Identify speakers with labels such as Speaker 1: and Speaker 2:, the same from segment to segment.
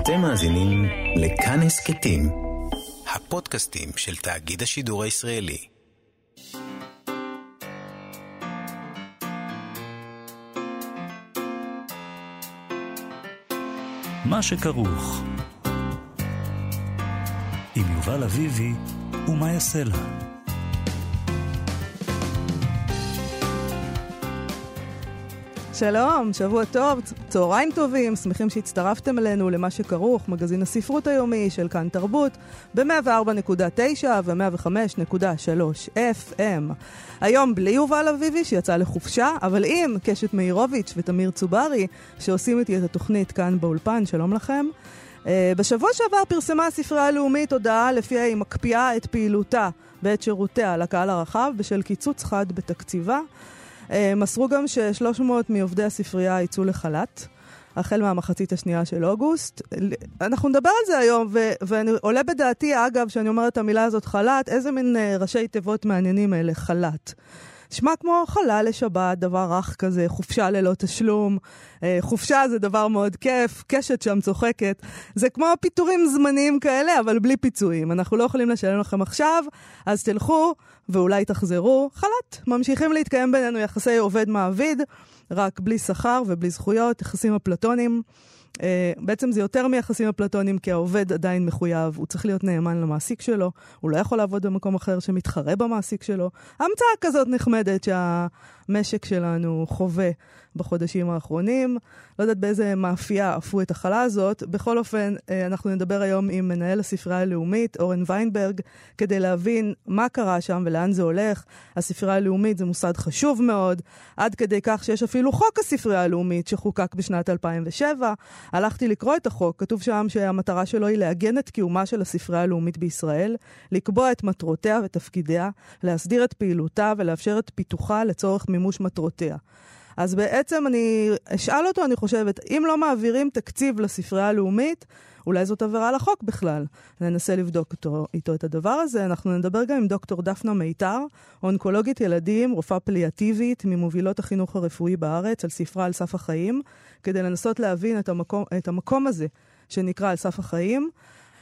Speaker 1: אתם מאזינים לכאן הסכתים, הפודקאסטים של תאגיד השידור הישראלי.
Speaker 2: מה שכרוך עם יובל אביבי ומה יעשה לה.
Speaker 3: שלום, שבוע טוב, צהריים טובים, שמחים שהצטרפתם אלינו למה שכרוך, מגזין הספרות היומי של כאן תרבות, ב-104.9 ו-105.3 FM. היום בלי יובל אביבי שיצא לחופשה, אבל עם קשת מאירוביץ' ותמיר צוברי שעושים איתי את התוכנית כאן באולפן, שלום לכם. בשבוע שעבר פרסמה הספרייה הלאומית הודעה לפיה היא מקפיאה את פעילותה ואת שירותיה לקהל הרחב בשל קיצוץ חד בתקציבה. מסרו גם ש300 מעובדי הספרייה יצאו לחל"ת, החל מהמחצית השנייה של אוגוסט. אנחנו נדבר על זה היום, ואני עולה בדעתי, אגב, שאני אומרת את המילה הזאת חל"ת, איזה מין ראשי תיבות מעניינים אלה, חל"ת. שמה כמו חלה לשבת, דבר רך כזה, חופשה ללא תשלום, חופשה זה דבר מאוד כיף, קשת שם צוחקת, זה כמו פיטורים זמניים כאלה, אבל בלי פיצויים. אנחנו לא יכולים לשלם לכם עכשיו, אז תלכו ואולי תחזרו. חל"ת, ממשיכים להתקיים בינינו יחסי עובד מעביד, רק בלי שכר ובלי זכויות, יחסים אפלטונים. בעצם זה יותר מיחסים אפלטונים, כי העובד עדיין מחויב, הוא צריך להיות נאמן למעסיק שלו, הוא לא יכול לעבוד במקום אחר שמתחרה במעסיק שלו. המצאה כזאת נחמדת שהמשק שלנו חווה בחודשים האחרונים. לא יודעת באיזה מאפייה עפו את החלה הזאת. בכל אופן, אנחנו נדבר היום עם מנהל הספרייה הלאומית, אורן ויינברג, כדי להבין מה קרה שם ולאן זה הולך. הספרייה הלאומית זה מוסד חשוב מאוד, עד כדי כך שיש אפילו חוק הספרייה הלאומית שחוקק בשנת 2007. הלכתי לקרוא את החוק, כתוב שם שהמטרה שלו היא לעגן את קיומה של הספרייה הלאומית בישראל, לקבוע את מטרותיה ותפקידיה, להסדיר את פעילותה ולאפשר את פיתוחה לצורך מימוש מטרותיה. אז בעצם אני אשאל אותו, אני חושבת, אם לא מעבירים תקציב לספרייה הלאומית, אולי זאת עבירה לחוק בכלל. ננסה לבדוק איתו את הדבר הזה. אנחנו נדבר גם עם דוקטור דפנה מיתר, אונקולוגית ילדים, רופאה פליאטיבית, ממובילות החינוך הרפואי בארץ, על ספרה על סף החיים, כדי לנסות להבין את המקום הזה שנקרא על סף החיים.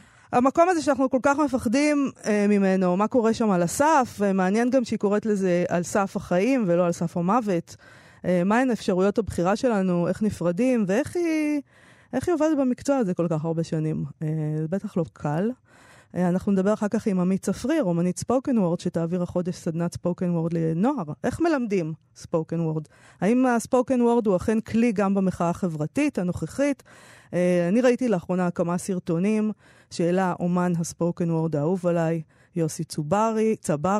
Speaker 3: המקום הזה שאנחנו כל כך מפחדים ממנו, מה קורה שם על הסף, ומעניין גם שהיא קוראת לזה על סף החיים ולא על סף המוות. מהן אפשרויות הבחירה שלנו, איך נפרדים, ואיך היא עובדת במקצוע הזה כל כך הרבה שנים. זה בטח לא קל. אנחנו נדבר אחר כך עם עמית צפריר, אומנית ספוקן וורד, שתעביר החודש סדנת ספוקן וורד לנוער. איך מלמדים ספוקן וורד? האם הספוקן וורד הוא אכן כלי גם במחאה החברתית, הנוכחית? אני ראיתי לאחרונה כמה סרטונים, שאלה אומן הספוקן וורד האהוב עליי, יוסי צברי,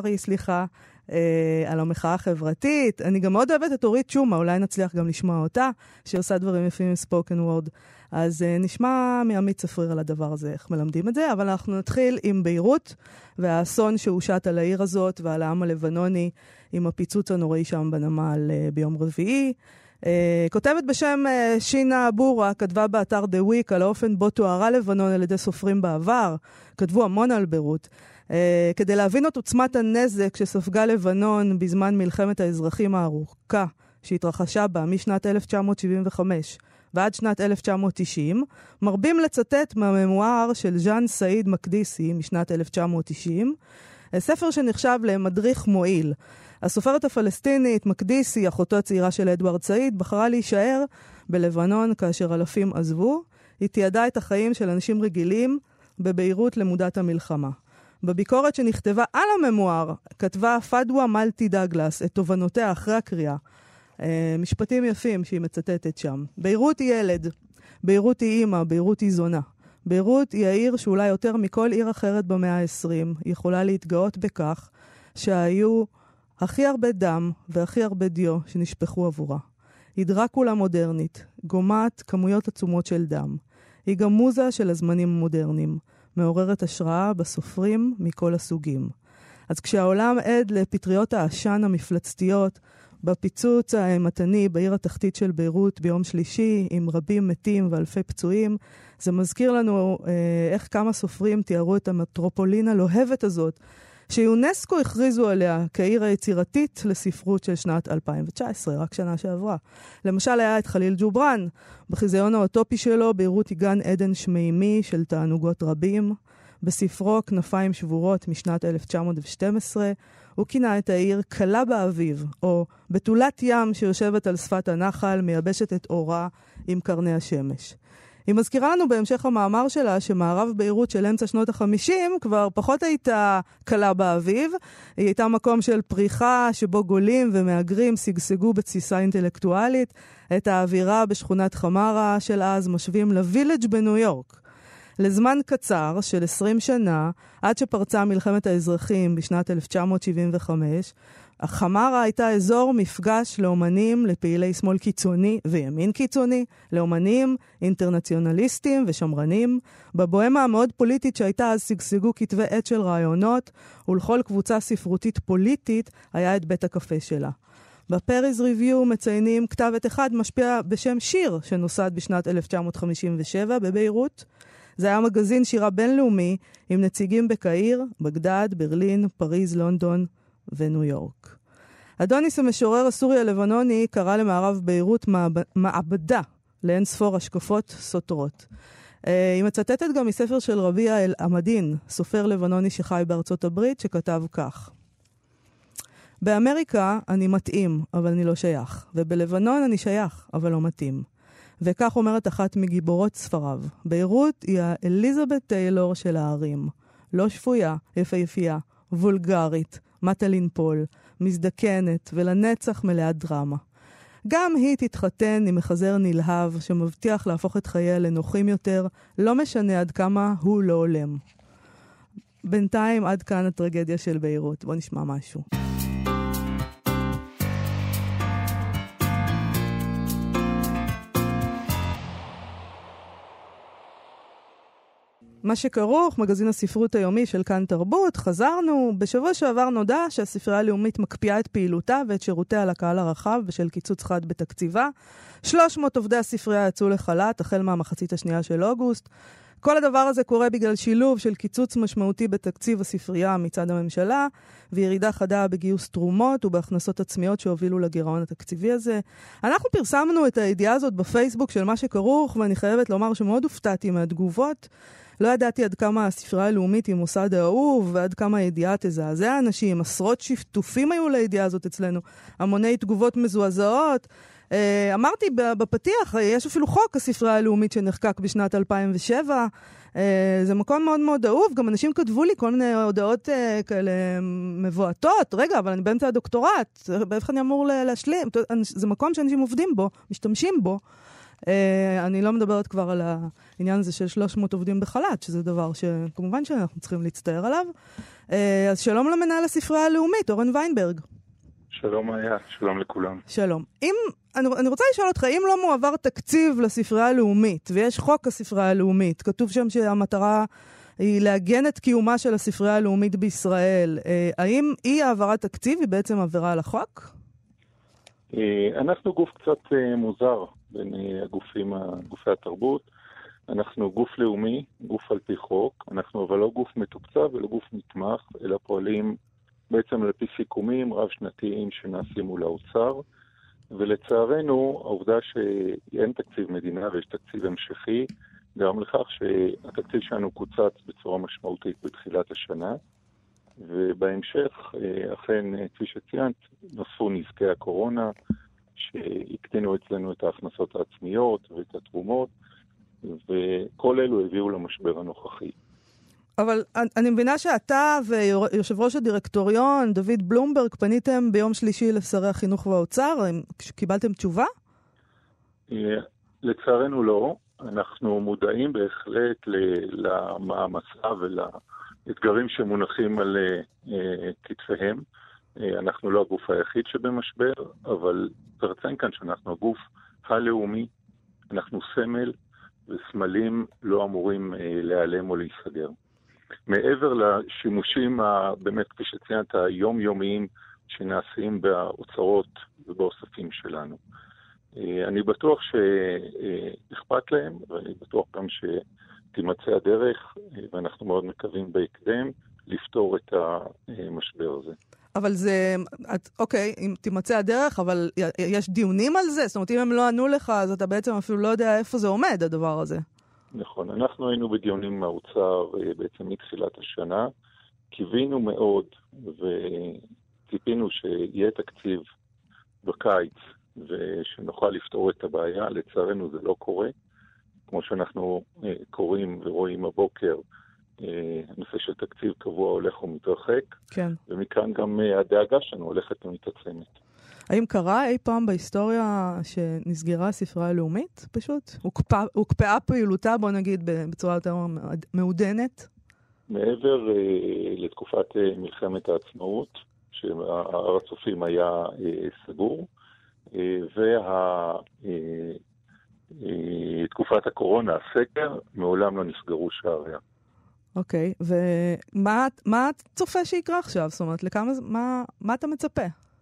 Speaker 3: על המחאה החברתית. אני גם מאוד אוהבת את אורית שומה, אולי נצליח גם לשמוע אותה, שעושה דברים יפים עם ספוקן וורד. אז נשמע מעמית צפריר על הדבר הזה, איך מלמדים את זה, אבל אנחנו נתחיל עם ביירות, והאסון שהושת על העיר הזאת, ועל העם הלבנוני, עם הפיצוץ הנוראי שם בנמל ביום רביעי. כותבת בשם שינה בורה, כתבה באתר The Week על האופן בו תוארה לבנון על ידי סופרים בעבר, כתבו המון על ביירות. כדי להבין את עוצמת הנזק שספגה לבנון בזמן מלחמת האזרחים הארוכה שהתרחשה בה משנת 1975 ועד שנת 1990, מרבים לצטט מהממואר של ז'אן סעיד מקדיסי משנת 1990, ספר שנחשב למדריך מועיל. הסופרת הפלסטינית מקדיסי, אחותו הצעירה של אדוארד סעיד, בחרה להישאר בלבנון כאשר אלפים עזבו. היא תיעדה את החיים של אנשים רגילים בביירות למודת המלחמה. בביקורת שנכתבה על הממואר, כתבה פדווה מלטי דגלס את תובנותיה אחרי הקריאה. משפטים יפים שהיא מצטטת שם. ביירות היא ילד, ביירות היא אימא, ביירות היא זונה. ביירות היא העיר שאולי יותר מכל עיר אחרת במאה ה-20 יכולה להתגאות בכך שהיו הכי הרבה דם והכי הרבה דיו שנשפכו עבורה. היא דרקולה מודרנית, גומעת כמויות עצומות של דם. היא גם מוזה של הזמנים המודרניים. מעוררת השראה בסופרים מכל הסוגים. אז כשהעולם עד לפטריות העשן המפלצתיות, בפיצוץ האימתני בעיר התחתית של ביירות ביום שלישי, עם רבים מתים ואלפי פצועים, זה מזכיר לנו איך כמה סופרים תיארו את המטרופולין הלוהבת הזאת, שיונסקו הכריזו עליה כעיר היצירתית לספרות של שנת 2019, רק שנה שעברה. למשל היה את חליל ג'ובראן, בחיזיון האוטופי שלו, ביירות היא גן עדן שמימי של תענוגות רבים. בספרו כנפיים שבורות משנת 1912, הוא כינה את העיר קלה באביב, או בתולת ים שיושבת על שפת הנחל, מייבשת את אורה עם קרני השמש. היא מזכירה לנו בהמשך המאמר שלה שמערב ביירות של אמצע שנות ה-50 כבר פחות הייתה קלה באביב, היא הייתה מקום של פריחה שבו גולים ומאגרים סגסגו בתסיסה אינטלקטואלית, את האווירה בשכונת חמרה של אז משווים לווילג' בניו יורק. לזמן קצר של 20 שנה, עד שפרצה מלחמת האזרחים בשנת 1975, החמרה הייתה אזור מפגש לאומנים, לפעילי שמאל קיצוני וימין קיצוני, לאומנים, אינטרנציונליסטים ושמרנים. בבוהמה המאוד פוליטית שהייתה אז סגסגו כתבי עת של רעיונות, ולכל קבוצה ספרותית פוליטית היה את בית הקפה שלה. בפריז ריוויו מציינים כתב עת אחד משפיע בשם שיר, שנוסד בשנת 1957 בביירות. זה היה מגזין שירה בינלאומי עם נציגים בקהיר, בגדד, ברלין, פריז, לונדון וניו יורק. אדוניס המשורר הסורי הלבנוני קרא למערב ביירות מעבדה לאין ספור השקפות סותרות. היא מצטטת גם מספר של רביע אל-עמדין, סופר לבנוני שחי בארצות הברית, שכתב כך: באמריקה אני מתאים, אבל אני לא שייך, ובלבנון אני שייך, אבל לא מתאים. וכך אומרת אחת מגיבורות ספריו, ביירות היא האליזבת טיילור של הערים. לא שפויה, יפהפייה, וולגרית, מטלין פול, מזדקנת ולנצח מלאה דרמה. גם היא תתחתן עם מחזר נלהב שמבטיח להפוך את חייה לנוחים יותר, לא משנה עד כמה הוא לא הולם. בינתיים עד כאן הטרגדיה של ביירות. בוא נשמע משהו. מה שכרוך, מגזין הספרות היומי של כאן תרבות, חזרנו. בשבוע שעבר נודע שהספרייה הלאומית מקפיאה את פעילותה ואת שירותיה לקהל הרחב בשל קיצוץ חד בתקציבה. 300 עובדי הספרייה יצאו לחל"ת החל מהמחצית השנייה של אוגוסט. כל הדבר הזה קורה בגלל שילוב של קיצוץ משמעותי בתקציב הספרייה מצד הממשלה, וירידה חדה בגיוס תרומות ובהכנסות עצמיות שהובילו לגירעון התקציבי הזה. אנחנו פרסמנו את הידיעה הזאת בפייסבוק של מה שכרוך, ואני חייבת לומר שמאוד הופתעתי מהתגובות. לא ידעתי עד כמה הספרייה הלאומית היא מוסד האהוב, ועד כמה הידיעה תזעזע אנשים. עשרות שיתופים היו לידיעה הזאת אצלנו, המוני תגובות מזועזעות. אמרתי בפתיח, יש אפילו חוק הספרייה הלאומית שנחקק בשנת 2007. זה מקום מאוד מאוד אהוב. גם אנשים כתבו לי כל מיני הודעות כאלה מבועטות. רגע, אבל אני באמצע הדוקטורט. באיפה אני אמור להשלים? זה מקום שאנשים עובדים בו, משתמשים בו. אני לא מדברת כבר על העניין הזה של 300 עובדים בחל"ת, שזה דבר שכמובן שאנחנו צריכים להצטער עליו. אז שלום למנהל הספרייה הלאומית, אורן ויינברג.
Speaker 4: שלום היה, שלום לכולם.
Speaker 3: שלום. אני רוצה לשאול אותך, אם לא מועבר תקציב לספרייה הלאומית, ויש חוק הספרייה הלאומית, כתוב שם שהמטרה היא להגן את קיומה של הספרייה הלאומית בישראל, האם אי העברת תקציב היא בעצם עבירה על החוק?
Speaker 4: אנחנו גוף קצת מוזר בין גופי התרבות. אנחנו גוף לאומי, גוף על פי חוק. אנחנו אבל לא גוף מתוקצב ולא גוף נתמך, אלא פועלים בעצם על פי סיכומים רב-שנתיים שנעשים מול האוצר. ולצערנו, העובדה שאין תקציב מדינה ויש תקציב המשכי, גרם לכך שהתקציב שלנו קוצץ בצורה משמעותית בתחילת השנה. ובהמשך, אכן, כפי שציינת, נוספו נזקי הקורונה, שהקטינו אצלנו את ההכנסות העצמיות ואת התרומות, וכל אלו הביאו למשבר הנוכחי.
Speaker 3: אבל אני מבינה שאתה ויושב ראש הדירקטוריון, דוד בלומברג, פניתם ביום שלישי לשרי החינוך והאוצר, קיבלתם תשובה?
Speaker 4: לצערנו לא. אנחנו מודעים בהחלט למאמצה אתגרים שמונחים על כתפיהם. אנחנו לא הגוף היחיד שבמשבר, אבל תרצן כאן שאנחנו הגוף הלאומי, אנחנו סמל, וסמלים לא אמורים להיעלם או להיסגר. מעבר לשימושים באמת, כפי שציינת, היומיומיים שנעשים באוצרות ובאוספים שלנו. אני בטוח שאכפת להם, ואני בטוח גם שתימצא הדרך, ואנחנו מאוד מקווים בהקדם, לפתור את המשבר הזה.
Speaker 3: אבל זה, אוקיי, אם תימצא הדרך, אבל יש דיונים על זה? זאת אומרת, אם הם לא ענו לך, אז אתה בעצם אפילו לא יודע איפה זה עומד, הדבר הזה.
Speaker 4: נכון, אנחנו היינו בדיונים עם האוצר בעצם מתחילת השנה, קיווינו מאוד וציפינו שיהיה תקציב בקיץ ושנוכל לפתור את הבעיה. לצערנו זה לא קורה. כמו שאנחנו קוראים ורואים הבוקר, הנושא של תקציב קבוע הולך ומתרחק, כן. ומכאן גם הדאגה שלנו הולכת ומתעצמת.
Speaker 3: האם קרה אי פעם בהיסטוריה שנסגרה הספרייה הלאומית פשוט? הוקפאה פעילותה, בוא נגיד, בצורה יותר מעודנת? מעבר
Speaker 4: לתקופת מלחמת העצמאות, שהר הצופים היה סגור, תקופת הקורונה, הסקר, מעולם לא נסגרו שעריה.
Speaker 3: אוקיי, ומה צופה שיקרה עכשיו? זאת אומרת, מה אתה מצפה?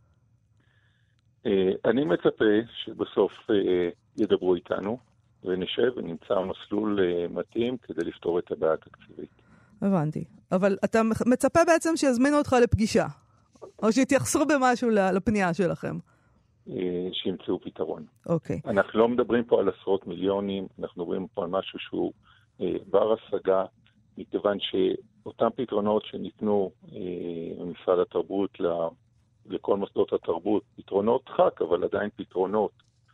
Speaker 4: אני מצפה שבסוף ידברו איתנו, ונשב ונמצא מסלול מתאים כדי לפתור את הבעיה התקציבית.
Speaker 3: הבנתי. אבל אתה מצפה בעצם שיזמינו אותך לפגישה, או שיתייחסו במשהו לפנייה שלכם?
Speaker 4: שימצאו פתרון.
Speaker 3: אוקיי.
Speaker 4: אנחנו לא מדברים פה על עשרות מיליונים, אנחנו מדברים פה על משהו שהוא בר השגה, מכיוון שאותם פתרונות שניתנו במשרד התרבות לכל מוסדות התרבות, פתרונות חק, אבל עדיין פתרונות,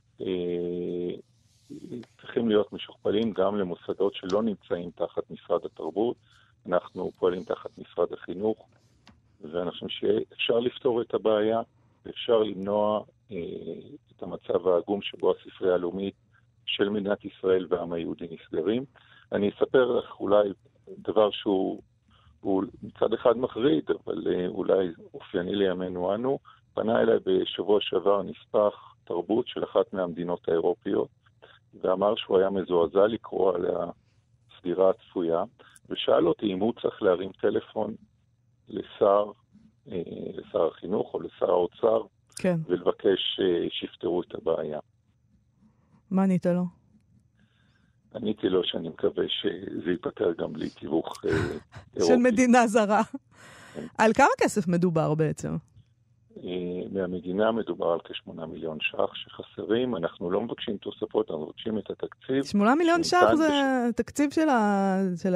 Speaker 4: צריכים להיות משוכפלים גם למוסדות שלא נמצאים תחת משרד התרבות. אנחנו פועלים תחת משרד החינוך, ואנחנו חושבים שאפשר לפתור את הבעיה, ואפשר למנוע את המצב העגום שבו הספרייה הלאומית של מדינת ישראל והעם היהודי נסגרים. אני אספר לך אולי דבר שהוא מצד אחד מחריד, אבל אולי אופייני לימינו אנו. פנה אליי בשבוע שעבר נספח תרבות של אחת מהמדינות האירופיות, ואמר שהוא היה מזועזע לקרוא על הסגירה הצפויה, ושאל אותי אם הוא צריך להרים טלפון לשר החינוך או לשר האוצר,
Speaker 3: כן.
Speaker 4: ולבקש שיפתרו את הבעיה.
Speaker 3: מה ענית לו?
Speaker 4: עניתי לו שאני מקווה שזה ייפטר גם בלי תיווך אירופי.
Speaker 3: של מדינה זרה. כן. על כמה כסף מדובר בעצם?
Speaker 4: מהמדינה מדובר על כ8 מיליון ש"ח שחסרים. אנחנו לא מבקשים תוספות, אנחנו מבקשים את התקציב.
Speaker 3: 8 מיליון ש"ח זה תקציב של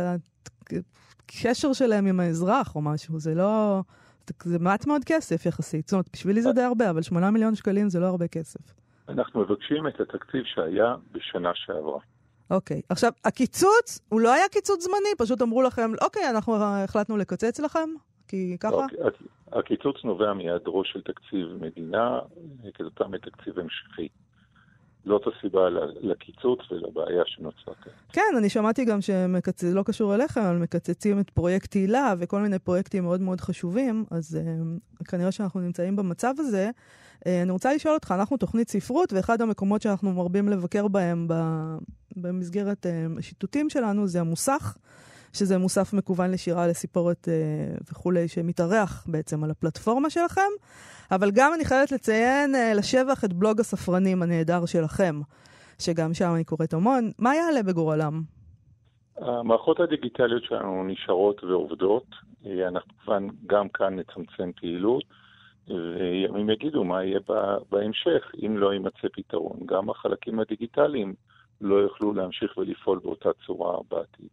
Speaker 3: הקשר שלהם עם האזרח או משהו. זה לא... זה מעט מאוד כסף יחסית. זאת אומרת, בשבילי זה די הרבה, אבל 8 מיליון שקלים זה לא הרבה כסף.
Speaker 4: אנחנו מבקשים את התקציב שהיה בשנה שעברה.
Speaker 3: אוקיי. עכשיו, הקיצוץ, הוא לא היה קיצוץ זמני, פשוט אמרו לכם, אוקיי, אנחנו החלטנו לקצץ לכם, כי ככה?
Speaker 4: הקיצוץ נובע מהיעדרו של תקציב מדינה, כתוצאה מתקציב המשכי. לא הסיבה לקיצוץ ולבעיה שנוצרה כאן.
Speaker 3: כן, אני שמעתי גם שמקצץ, לא קשור אליכם, אבל מקצצים את פרויקט תהילה וכל מיני פרויקטים מאוד מאוד חשובים, אז כנראה שאנחנו נמצאים במצב הזה. אני רוצה לשאול אותך, אנחנו תוכנית ספרות, ואחד המקומות שאנחנו מרבים לבקר בהם במסגרת השיטוטים שלנו זה המוסך, שזה מוסף מקוון לשירה, לסיפורת וכולי, שמתארח בעצם על הפלטפורמה שלכם. אבל גם אני חייבת לציין לשבח את בלוג הספרנים הנהדר שלכם, שגם שם אני קוראת המון. מה יעלה בגורלם?
Speaker 4: המערכות הדיגיטליות שלנו נשארות ועובדות. אנחנו גם כאן נצמצם פעילות, וימים יגידו מה יהיה בהמשך, אם לא יימצא פתרון. גם החלקים הדיגיטליים לא יוכלו להמשיך ולפעול באותה צורה בעתיד.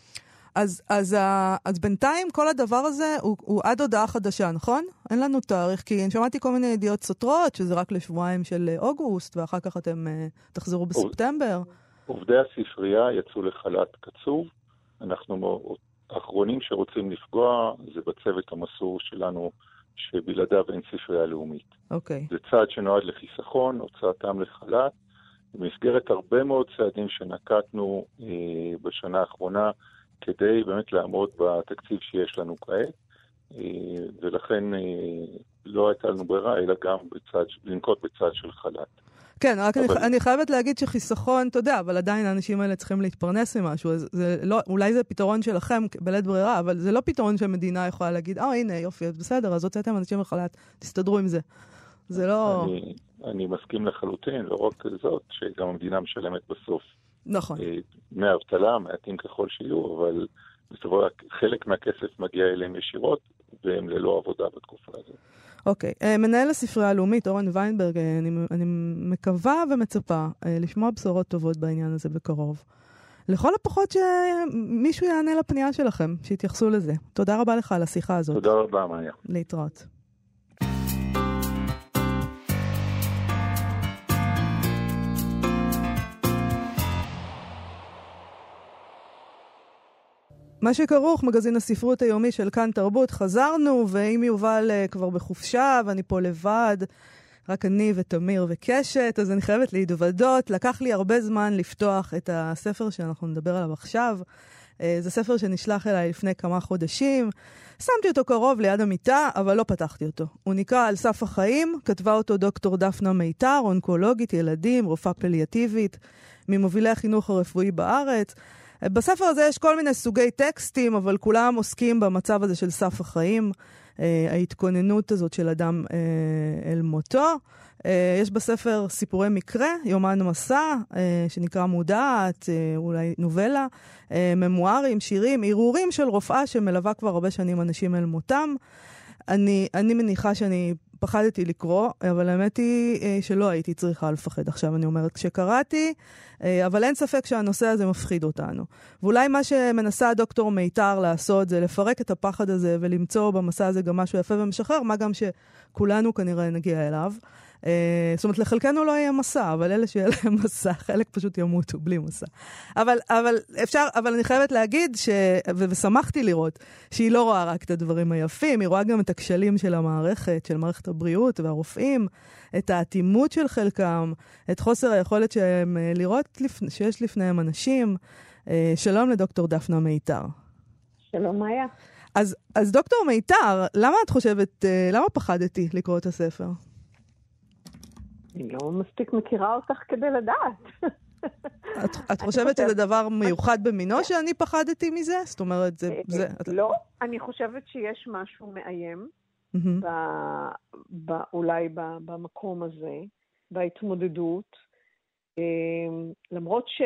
Speaker 3: אז בינתיים כל הדבר הזה הוא עד הודעה חדשה, נכון? אין לנו תאריך, כי אני שמעתי כל מיני ידיעות סותרות, שזה רק לשבועיים של אוגוסט, ואחר כך אתם תחזרו בספטמבר.
Speaker 4: עובדי הספרייה יצאו לחל"ת קצוב. אנחנו האחרונים שרוצים לפגוע, זה בצוות המסור שלנו, שבלעדיו אין ספרייה לאומית.
Speaker 3: אוקיי.
Speaker 4: זה צעד שנועד לחיסכון, הוצאתם לחל"ת. במסגרת הרבה מאוד צעדים שנקטנו בשנה האחרונה, כדי באמת לעמוד בתקציב שיש לנו כעת, ולכן לא הייתה לנו ברירה, אלא גם לנקוט בצד של חל"ת.
Speaker 3: כן, רק אני חייבת להגיד שחיסכון, אתה יודע, אבל עדיין האנשים האלה צריכים להתפרנס ממשהו, אולי זה פתרון שלכם בלית ברירה, אבל זה לא פתרון שהמדינה יכולה להגיד, הנה, יופי, בסדר, אז הוצאתם אנשים לחל"ת, תסתדרו עם זה. זה לא...
Speaker 4: אני מסכים לחלוטין, לא רק זאת, שגם המדינה משלמת בסוף.
Speaker 3: נכון.
Speaker 4: דמי אבטלה, מעטים ככל שיהיו, אבל בסופו חלק מהכסף מגיע אליהם ישירות, והם ללא עבודה בתקופה הזאת.
Speaker 3: אוקיי. מנהל הספרייה הלאומית, אורן ויינברג, אני מקווה ומצפה לשמוע בשורות טובות בעניין הזה בקרוב. לכל הפחות שמישהו יענה לפנייה שלכם, שיתייחסו לזה. תודה רבה לך על השיחה הזאת.
Speaker 4: תודה רבה, מאיה.
Speaker 3: להתראות. מה שכרוך, מגזין הספרות היומי של כאן תרבות, חזרנו, ואם יובל כבר בחופשה, ואני פה לבד, רק אני ותמיר וקשת, אז אני חייבת להתוודות. לקח לי הרבה זמן לפתוח את הספר שאנחנו נדבר עליו עכשיו. זה ספר שנשלח אליי לפני כמה חודשים. שמתי אותו קרוב ליד המיטה, אבל לא פתחתי אותו. הוא נקרא על סף החיים, כתבה אותו דוקטור דפנה מיתר, אונקולוגית ילדים, רופאה פליאטיבית, ממובילי החינוך הרפואי בארץ. בספר הזה יש כל מיני סוגי טקסטים, אבל כולם עוסקים במצב הזה של סף החיים, ההתכוננות הזאת של אדם אל מותו. יש בספר סיפורי מקרה, יומן מסע, שנקרא מודעת, אולי נובלה, ממוארים, שירים, ערעורים של רופאה שמלווה כבר הרבה שנים אנשים אל מותם. אני מניחה שאני פחדתי לקרוא, אבל האמת היא שלא הייתי צריכה לפחד. עכשיו אני אומרת, כשקראתי, אבל אין ספק שהנושא הזה מפחיד אותנו. ואולי מה שמנסה דוקטור מיתר לעשות זה לפרק את הפחד הזה ולמצוא במסע הזה גם משהו יפה ומשחרר, מה גם שכולנו כנראה נגיע אליו. זאת אומרת, לחלקנו לא יהיה מסע, אבל אלה שיהיה להם מסע, חלק פשוט ימותו בלי מסע. אבל אני חייבת להגיד, ושמחתי לראות, שהיא לא רואה רק את הדברים היפים, היא רואה גם את הכשלים של המערכת, של מערכת הבריאות והרופאים, את האטימות של חלקם, את חוסר היכולת שהם לראות שיש לפניהם אנשים. שלום לדוקטור דפנה מיתר.
Speaker 5: שלום מאיה.
Speaker 3: אז דוקטור מיתר, למה את חושבת, למה פחדתי לקרוא את הספר?
Speaker 5: אני לא מספיק מכירה אותך כדי לדעת.
Speaker 3: את חושבת שזה דבר מיוחד במינו שאני פחדתי מזה? זאת אומרת, זה...
Speaker 5: לא, אני חושבת שיש משהו מאיים, אולי במקום הזה, בהתמודדות, למרות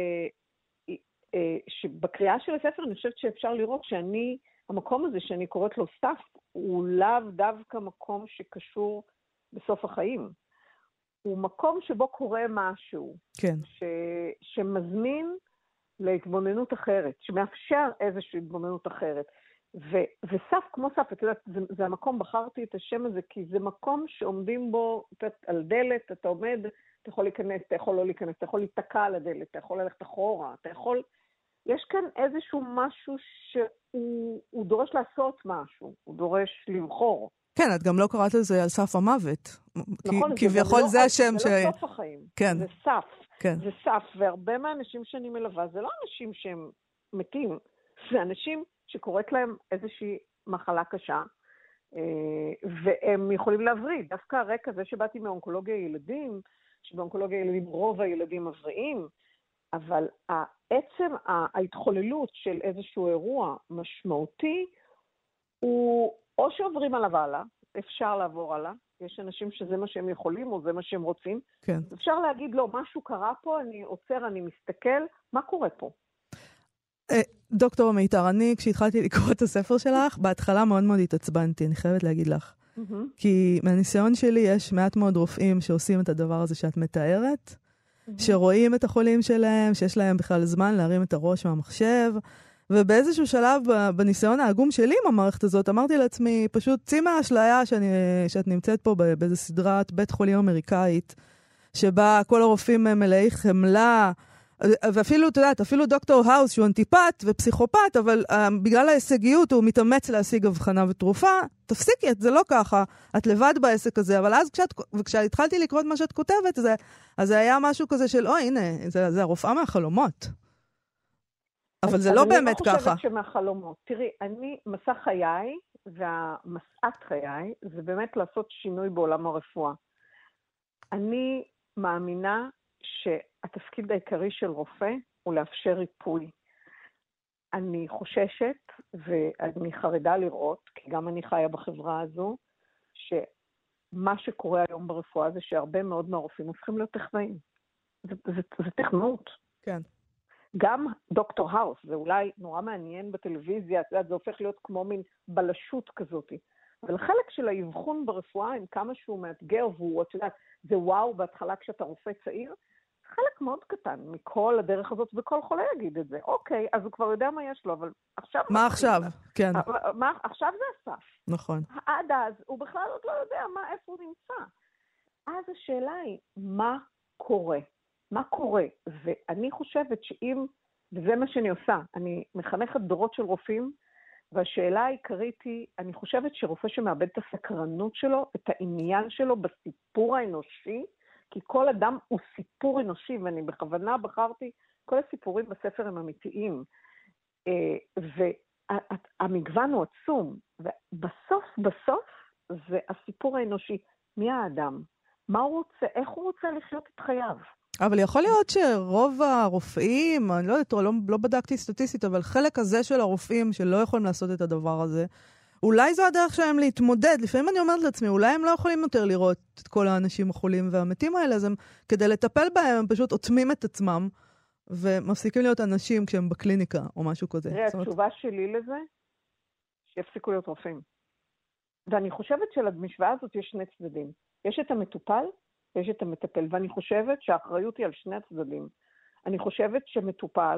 Speaker 5: שבקריאה של הספר אני חושבת שאפשר לראות המקום הזה שאני קוראת לו סף, הוא לאו דווקא מקום שקשור בסוף החיים. הוא מקום שבו קורה משהו,
Speaker 3: כן.
Speaker 5: שמזמין להתבוננות אחרת, שמאפשר איזושהי התבוננות אחרת. וסף כמו סף, אתה יודעת, זה המקום, בחרתי את השם הזה, כי זה מקום שעומדים בו, על דלת, אתה עומד, אתה יכול להיכנס, אתה יכול לא להיכנס, אתה יכול להתקע על הדלת, אתה יכול ללכת אחורה, אתה יכול... יש כאן איזשהו משהו שהוא דורש לעשות משהו, הוא דורש לבחור.
Speaker 3: כן, את גם לא קראת לזה על סף המוות.
Speaker 5: נכון,
Speaker 3: כביכול זה השם
Speaker 5: זה לא סוף החיים.
Speaker 3: כן.
Speaker 5: זה סף.
Speaker 3: כן.
Speaker 5: זה סף, והרבה מהאנשים שאני מלווה, זה לא אנשים שהם מתים, זה אנשים שקורית להם איזושהי מחלה קשה, והם יכולים להבריא. דווקא הרקע זה שבאתי מאונקולוגיה ילדים, שבאונקולוגיה ילדים רוב הילדים מבריאים, אבל עצם ההתחוללות של איזשהו אירוע משמעותי, הוא או שעוברים עליו הלאה, אפשר לעבור הלאה, יש אנשים שזה מה שהם יכולים או זה מה שהם רוצים,
Speaker 3: כן.
Speaker 5: אפשר להגיד לו, משהו קרה פה, אני עוצר, אני מסתכל, מה קורה פה?
Speaker 3: דוקטור מיתר, אני כשהתחלתי לקרוא את הספר שלך, בהתחלה מאוד מאוד התעצבנתי, אני חייבת להגיד לך. כי מהניסיון שלי יש מעט מאוד רופאים שעושים את הדבר הזה שאת מתארת, שרואים את החולים שלהם, שיש להם בכלל זמן להרים את הראש מהמחשב, ובאיזשהו שלב בניסיון העגום שלי עם המערכת הזאת, אמרתי לעצמי, פשוט צאי מהאשליה שאת נמצאת פה באיזו סדרת בית חולים אמריקאית, שבה כל הרופאים מלאי חמלה, ואפילו, אתה יודעת, אפילו דוקטור האוס שהוא אנטיפט ופסיכופט, אבל בגלל ההישגיות הוא מתאמץ להשיג הבחנה ותרופה, תפסיקי, זה לא ככה, את לבד בעסק הזה, אבל אז כשהתחלתי לקרוא את מה שאת כותבת, אז זה היה משהו כזה של, הנה, זה הרופאה מהחלומות. אבל זה לא באמת ככה.
Speaker 5: אני לא חושבת שמהחלומות. תראי, מסע חיי והמסעת חיי, זה באמת לעשות שינוי בעולם הרפואה. אני מאמינה שהתפקיד העיקרי של רופא הוא לאפשר ריפוי. אני חוששת ואני חרדה לראות, כי גם אני חיה בחברה הזו, שמה שקורה היום ברפואה זה שהרבה מאוד מהרופאים הופכים להיות טכנאים. זה טכנאות.
Speaker 3: כן.
Speaker 5: גם דוקטור האוס, זה אולי נורא מעניין בטלוויזיה, זה הופך להיות כמו מין בלשות כזאת. אבל חלק של האבחון ברפואה, עם כמה שהוא מאתגר, והוא, את יודעת, זה וואו בהתחלה כשאתה רופא צעיר, חלק מאוד קטן מכל הדרך הזאת, וכל חולה יגיד את זה. אוקיי, אז הוא כבר יודע מה יש לו, אבל עכשיו...
Speaker 3: מה עכשיו? כן.
Speaker 5: עכשיו זה הסף.
Speaker 3: נכון.
Speaker 5: עד אז הוא בכלל עוד לא יודע איפה הוא נמצא. אז השאלה היא, מה קורה? מה קורה? ואני חושבת שאם, וזה מה שאני עושה, אני מחנכת דורות של רופאים, והשאלה העיקרית היא, אני חושבת שרופא שמאבד את הסקרנות שלו, את העניין שלו בסיפור האנושי, כי כל אדם הוא סיפור אנושי, ואני בכוונה בחרתי, כל הסיפורים בספר הם אמיתיים, והמגוון הוא עצום, ובסוף זה הסיפור האנושי. מי האדם? מה הוא רוצה? איך הוא רוצה לחיות את חייו?
Speaker 3: אבל יכול להיות שרוב הרופאים, אני לא יודעת, לא בדקתי סטטיסטית, אבל חלק הזה של הרופאים שלא יכולים לעשות את הדבר הזה, אולי זו הדרך שלהם להתמודד. לפעמים אני אומרת לעצמי, אולי הם לא יכולים יותר לראות את כל האנשים החולים והמתים האלה, אז הם, כדי לטפל בהם, הם פשוט עוצמים את עצמם, ומפסיקים להיות אנשים כשהם בקליניקה או משהו כזה.
Speaker 5: תראה, התשובה שלי לזה, שיפסיקו להיות רופאים. ואני חושבת שלמשוואה הזאת יש שני צדדים. יש את המטופל, ויש את המטפל, ואני חושבת שהאחריות היא על שני הצדדים. אני חושבת שמטופל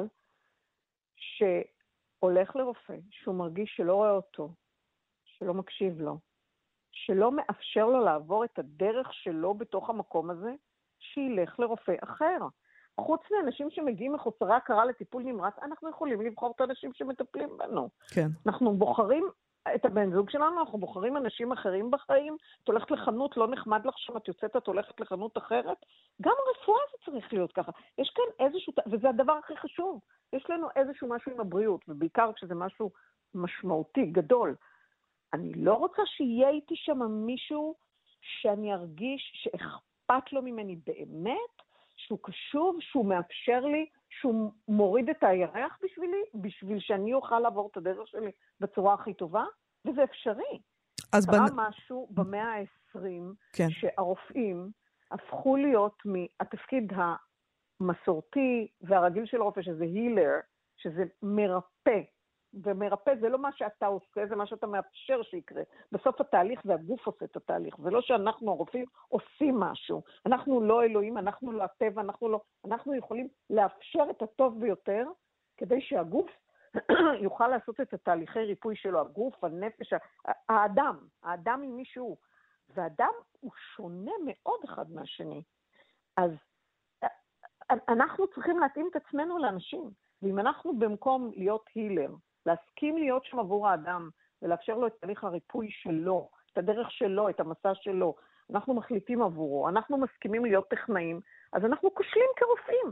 Speaker 5: שהולך לרופא, שהוא מרגיש שלא רואה אותו, שלא מקשיב לו, שלא מאפשר לו לעבור את הדרך שלו בתוך המקום הזה, שילך לרופא אחר. חוץ לאנשים שמגיעים מחוסרי הכרה לטיפול נמרץ, אנחנו יכולים לבחור את האנשים שמטפלים בנו. כן. אנחנו בוחרים את הבן זוג שלנו, אנחנו בוחרים אנשים אחרים בחיים, את הולכת לחנות, לא נחמד לך שם, את יוצאת, את הולכת לחנות אחרת, גם הרפואה זה צריך להיות ככה. יש כאן איזשהו, וזה הדבר הכי חשוב, יש לנו איזשהו משהו עם הבריאות, ובעיקר כשזה משהו משמעותי, גדול. אני לא רוצה שיהיה איתי שם מישהו שאני ארגיש שאכפת לו ממני באמת, שהוא קשוב, שהוא מאפשר לי, שהוא מוריד את הירח בשבילי, בשביל שאני אוכל לעבור את הדרך שלי בצורה הכי טובה, וזה אפשרי. קרה משהו במאה ה-20, כן. שהרופאים הפכו להיות מהתפקיד המסורתי והרגיל של רופא, שזה הילר, שזה מרפא, ומרפא זה לא מה שאתה עושה, זה מה שאתה מאפשר שיקרה. בסוף התהליך זה הגוף עושה את התהליך, זה לא שאנחנו הרופאים עושים משהו. אנחנו לא אלוהים, אנחנו לא הטבע, אנחנו יכולים לאפשר את הטוב ביותר, כדי שהגוף יוכל לעשות את התהליכי ריפוי שלו, הגוף, הנפש, האדם עם מישהו. והאדם הוא שונה מאוד אחד מהשני. אז אנחנו צריכים להתאים את עצמנו לאנשים, ואם אנחנו במקום להיות הילר, להסכים להיות שם עבור האדם, ולאפשר לו את תהליך הריפוי שלו, את הדרך שלו, את המסע שלו, אנחנו מחליטים עבורו, אנחנו מסכימים להיות טכנאים, אז אנחנו כושלים כרופאים.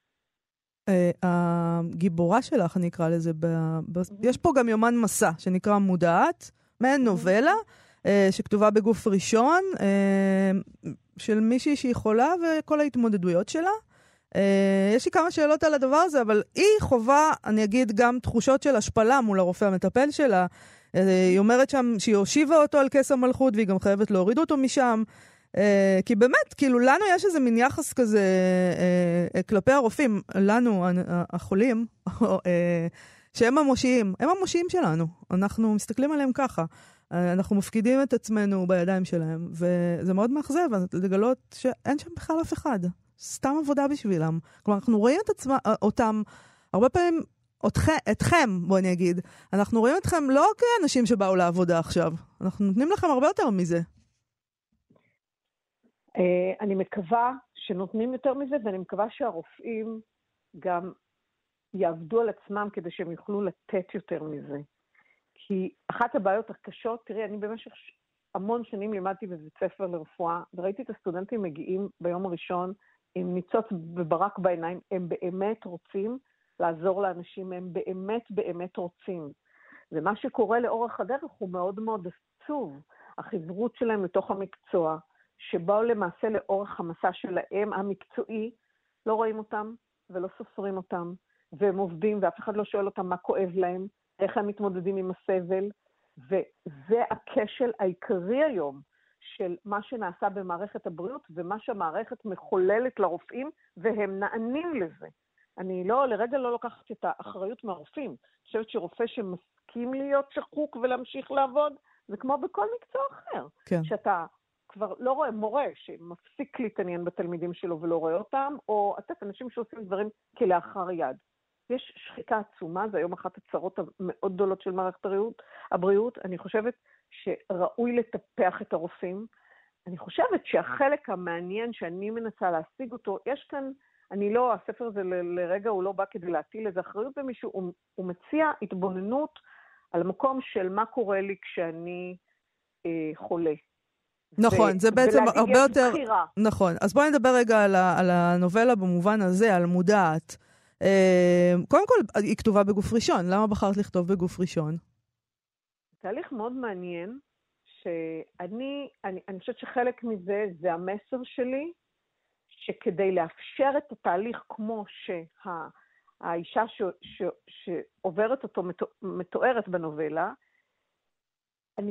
Speaker 3: הגיבורה שלך, אני אקרא לזה, יש פה גם יומן מסע, שנקרא מודעת, מעין נובלה, שכתובה בגוף ראשון, של מישהי שהיא חולה, וכל ההתמודדויות שלה. יש לי כמה שאלות על הדבר הזה, אבל היא חובה, אני אגיד, גם תחושות של השפלה מול הרופא המטפל שלה. היא אומרת שם שהיא הושיבה אותו על כס המלכות, והיא גם חייבת להוריד אותו משם. כי באמת, כאילו, לנו יש איזה מין יחס כזה כלפי הרופאים, לנו, החולים, שהם המושיעים. הם המושיעים שלנו. אנחנו מסתכלים עליהם ככה. אנחנו מפקידים את עצמנו בידיים שלהם, וזה מאוד מאכזב לגלות שאין שם בכלל אף אחד. סתם עבודה בשבילם. כלומר, אנחנו רואים אותם, הרבה פעמים, אתכם, בוא אני אגיד, אנחנו רואים אתכם לא כאנשים שבאו לעבודה עכשיו. אנחנו נותנים לכם הרבה יותר מזה.
Speaker 5: אני מקווה שנותנים יותר מזה, ואני מקווה שהרופאים גם יעבדו על עצמם כדי שהם יוכלו לתת יותר מזה. כי אחת הבעיות הקשות, תראי, אני במשך המון שנים לימדתי בבית ספר לרפואה, וראיתי את הסטודנטים מגיעים ביום הראשון עם ניצוץ וברק בעיניים, הם באמת רוצים לעזור לאנשים, הם באמת רוצים. ומה שקורה לאורך הדרך הוא מאוד מאוד עצוב. החזרות שלהם לתוך המקצוע, שבאו למעשה לאורך המסע שלהם המקצועי, לא רואים אותם ולא סופרים אותם, והם עובדים ואף אחד לא שואל אותם מה כואב להם, איך הם מתמודדים עם הסבל, וזה הכשל העיקרי היום של מה שנעשה במערכת הבריאות, ומה שהמערכת מחוללת לרופאים, והם נענים לזה. אני לא, לרגע לא לוקחת את האחריות מהרופאים. אני חושבת שרופא שמסכים להיות שחוק ולהמשיך לעבוד, זה כמו בכל מקצוע אחר.
Speaker 3: כן.
Speaker 5: שאתה כבר לא רואה מורה שמפסיק להתעניין בתלמידים שלו ולא רואה אותם, או אנשים שעושים דברים כלאחר יד. יש שחיקה עצומה, זה היום אחת הצרות המאוד גדולות של מערכת הבריאות. אני חושבת שראוי לטפח את הרופאים. אני חושבת שהחלק המעניין שאני מנסה להשיג אותו, יש כאן, הספר הזה לרגע הוא לא בא כדי להטיל איזו אחריות במישהו, הוא מציע התבוננות על המקום של מה קורה לי כשאני חולה.
Speaker 3: נכון, זה בעצם הרבה יותר...
Speaker 5: בחירה.
Speaker 3: נכון, אז בואי נדבר רגע על הנובלה במובן הזה, על מודעת. קודם כל, היא כתובה בגוף ראשון. למה בחרת לכתוב בגוף ראשון?
Speaker 5: תהליך מאוד מעניין, שאני חושבת שחלק מזה זה המסר שלי, שכדי לאפשר את התהליך כמו שהאישה שעוברת אותו מתוארת בנובלה, אני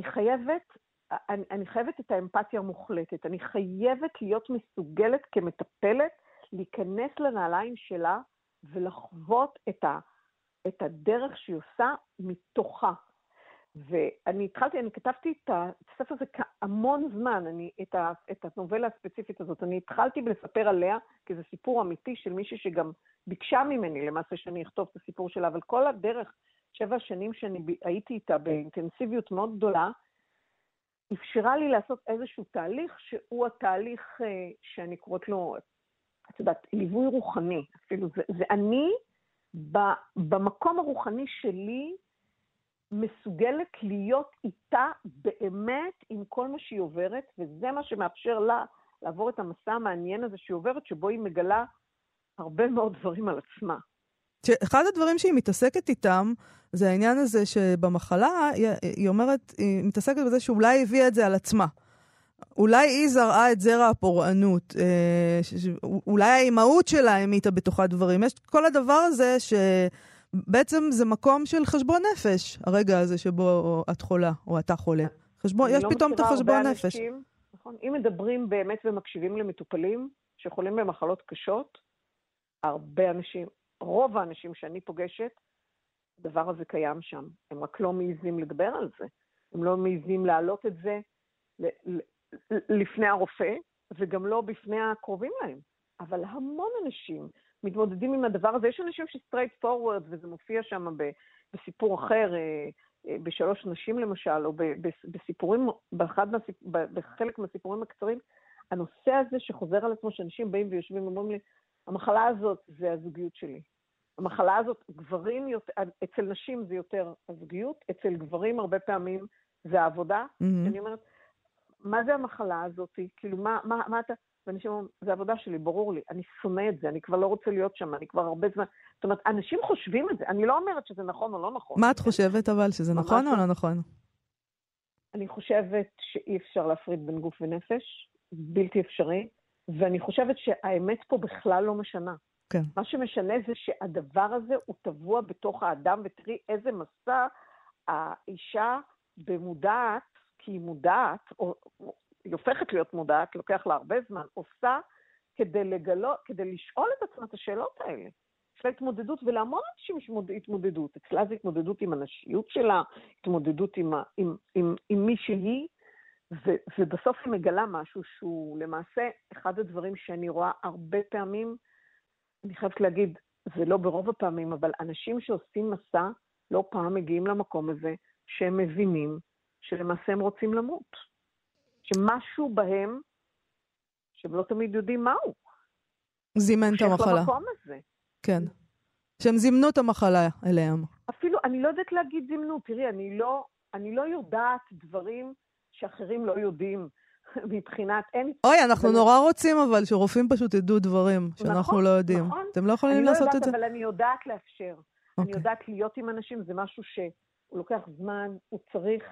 Speaker 5: חייבת את האמפתיה המוחלטת. אני חייבת להיות מסוגלת כמטפלת, להיכנס לנעליים שלה ולחוות את הדרך שהיא עושה מתוכה. ואני כתבתי את הספר הזה כהמון זמן, את הנובלה הספציפית הזאת, אני התחלתי לספר עליה, כי זה סיפור אמיתי של מישהי שגם ביקשה ממני למעשה שאני אכתוב את הסיפור שלה, אבל כל הדרך, 7 שנים שאני הייתי איתה באינטנסיביות מאוד גדולה, אפשרה לי לעשות איזשהו תהליך, שהוא התהליך שאני קוראת לו, את יודעת, ליווי רוחני, אפילו זה אני, במקום הרוחני שלי, מסוגלת להיות איתה באמת עם כל מה שהיא עוברת, וזה מה שמאפשר לה לעבור את המסע המעניין הזה שהיא עוברת, שבו היא מגלה הרבה מאוד דברים על עצמה.
Speaker 3: אחד הדברים שהיא מתעסקת איתם, זה העניין הזה שבמחלה, היא אומרת, היא מתעסקת בזה שאולי הביאה את זה על עצמה. אולי היא זרעה את זרע הפורענות, אולי האימהות שלה המיתה בתוכה דברים. יש כל הדבר הזה שבעצם זה מקום של חשבון נפש, הרגע הזה שבו את חולה או אתה חולה. יש פתאום את החשבון נפש.
Speaker 5: נכון. אם מדברים באמת ומקשיבים למטופלים שחולים במחלות קשות, הרבה אנשים, רוב האנשים שאני פוגשת, הדבר הזה קיים שם. הם רק לא מעיזים לדבר על זה. הם לא מעיזים להעלות את זה לפני הרופא, וגם לא בפני הקרובים להם. אבל המון אנשים מתמודדים עם הדבר הזה. יש אנשים שסטרייט פורוורד, וזה מופיע שם בסיפור אחר, ב3 נשים למשל, או בסיפורים, בחלק מהסיפורים הקצרים, הנושא הזה שחוזר על עצמו, שאנשים באים ויושבים ואומרים לי, המחלה הזאת זה הזוגיות שלי. המחלה הזאת, גברים, אצל נשים זה יותר הזוגיות, אצל גברים הרבה פעמים זה העבודה. אני אומרת, מה זה המחלה הזאת? כאילו, מה אתה... ואנשים אומרים, זה העבודה שלי, ברור לי, אני שונא את זה, אני כבר לא רוצה להיות שם, אני כבר הרבה זמן... זאת אומרת, אנשים חושבים את זה, אני לא אומרת שזה נכון או לא נכון.
Speaker 3: מה את חושבת אבל, שזה נכון או לא נכון?
Speaker 5: אני חושבת שאי אפשר להפריד בין גוף ונפש, בלתי אפשרי, ואני חושבת שהאמת פה בכלל לא משנה.
Speaker 3: כן. מה
Speaker 5: שמשנה זה שהדבר הזה הוא טבוע בתוך האדם, ותראי איזה מסע האישה במודעת, כי היא מודעת, או היא הופכת להיות מודעת, לוקח לה הרבה זמן, עושה כדי לשאול את עצמה את השאלות האלה. יש לה התמודדות, ולהמון אנשים יש התמודדות. אצלה זה התמודדות עם הנשיות שלה, התמודדות עם מי שהיא, ובסוף היא מגלה משהו שהוא למעשה אחד הדברים שאני רואה הרבה פעמים, אני חייבת להגיד, זה לא ברוב הפעמים, אבל אנשים שעושים מסע לא פעם מגיעים למקום הזה, שהם מבינים שלמעשה הם רוצים למות. שמשהו בהם, שהם לא תמיד יודעים מהו.
Speaker 3: זימן את המחלה.
Speaker 5: במקום הזה.
Speaker 3: כן. שהם זימנו את המחלה אליהם.
Speaker 5: אפילו, אני לא יודעת להגיד זימנו, תראי, אני לא יודעת דברים שאחרים לא יודעים. מבחינת אין...
Speaker 3: אוי, אנחנו נורא רוצים אבל שרופאים פשוט ידעו דברים שאנחנו לא יודעים. אתם לא יכולים לעשות את זה?
Speaker 5: אבל אני יודעת לאפשר. אני יודעת להיות עם אנשים, זה משהו שהוא לוקח זמן, הוא צריך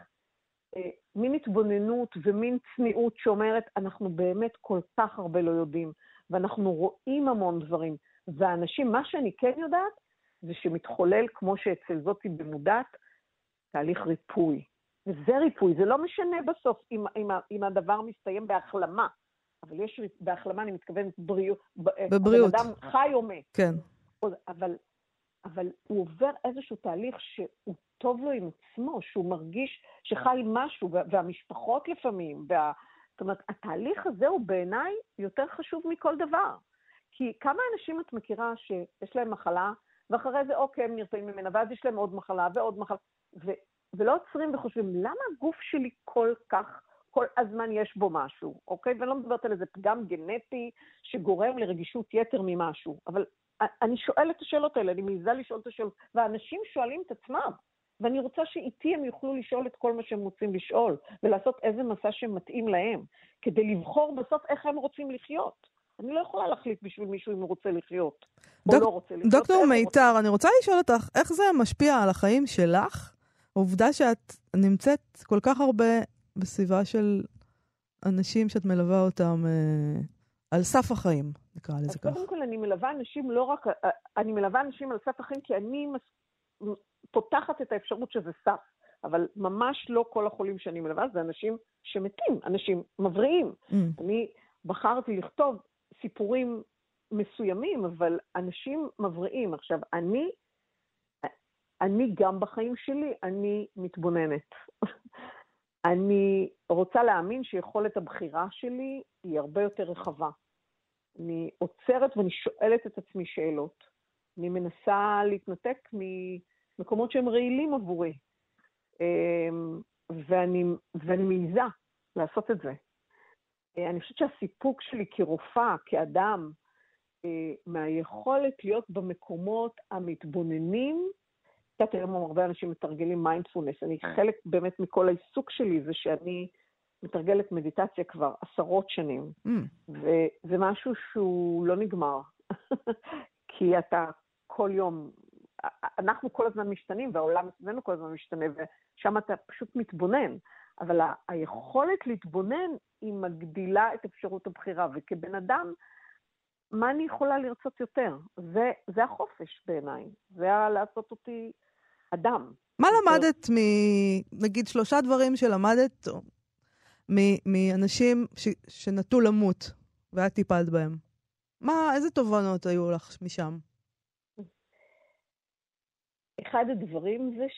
Speaker 5: מין התבוננות ומין צניעות שאומרת, אנחנו באמת כל כך הרבה לא יודעים, ואנחנו רואים המון דברים. והאנשים, מה שאני כן יודעת, זה שמתחולל, כמו שאצל זאתי במודעת, תהליך ריפוי. וזה ריפוי, זה לא משנה בסוף אם הדבר מסתיים בהחלמה, אבל יש, בהחלמה אני מתכוונת בבריאות.
Speaker 3: בבריאות.
Speaker 5: אדם חי או מת.
Speaker 3: כן.
Speaker 5: אבל הוא עובר איזשהו תהליך שהוא טוב לו עם עצמו, שהוא מרגיש שחי משהו, והמשפחות לפעמים, זאת אומרת, התהליך הזה הוא בעיניי יותר חשוב מכל דבר. כי כמה אנשים את מכירה שיש להם מחלה, ואחרי זה אוקיי, הם נרפאים ממנה, ואז יש להם עוד מחלה ועוד מחלה, ולא עוצרים וחושבים, למה הגוף שלי כל הזמן יש בו משהו, אוקיי? ואני לא מדברת על איזה פגם גנטי שגורם לרגישות יתר ממשהו, אבל אני שואלת את השאלות האלה, אני מעיזה לשאול את השאלות, ואנשים שואלים את עצמם, ואני רוצה שאיתי הם יוכלו לשאול את כל מה שהם רוצים לשאול, ולעשות איזה מסע שמתאים להם, כדי לבחור בסוף איך הם רוצים לחיות. אני לא יכולה להחליט בשביל מישהו אם הוא רוצה לחיות, או לא רוצה לחיות.
Speaker 3: דוקטור מיתר, אני רוצה לשאול אותך, איך זה משפיע על החיים שלך? העובדה שאת נמצאת כל כך הרבה בסביבה של אנשים שאת מלווה אותם על סף החיים, נקרא לזה כך.
Speaker 5: קודם כל, אני מלווה אנשים לא רק, אני מלווה אנשים על סף החיים, כי אני פותחת את האפשרות שזה סף, אבל ממש לא כל החולים שאני מלווה, זה אנשים שמתים, אנשים מבריאים. אני בחרתי לכתוב סיפורים מסוימים, אבל אנשים מבריאים. עכשיו, אני גם בחיים שלי, אני מתבוננת. אני רוצה להאמין שיכולת הבחירה שלי היא הרבה יותר רחבה. אני עוצרת ואני שואלת את עצמי שאלות. אני מנסה להתנתק ממקומות שהם רעילים עבורי. ואני מעיזה לעשות את זה. אני חושבת שהסיפוק שלי כרופאה, כאדם, מהיכולת להיות במקומות המתבוננים, קצת היום הרבה אנשים מתרגלים מיינדפולנס, אני חלק באמת מכל העיסוק שלי זה שאני מתרגלת מדיטציה כבר 10 שנים, וזה משהו שהוא לא נגמר, כי אתה כל יום, אנחנו כל הזמן משתנים, והעולם מסביבנו כל הזמן משתנה, ושם אתה פשוט מתבונן, אבל היכולת להתבונן היא מגדילה את אפשרות הבחירה, וכבן אדם, מה אני יכולה לרצות יותר? זה החופש בעיניי, זה לעשות אותי אדם.
Speaker 3: מה למדת נגיד 3 דברים שלמדת מאנשים שנטו למות, ואת טיפלת בהם? איזה תובנות היו לך משם?
Speaker 5: אחד הדברים זה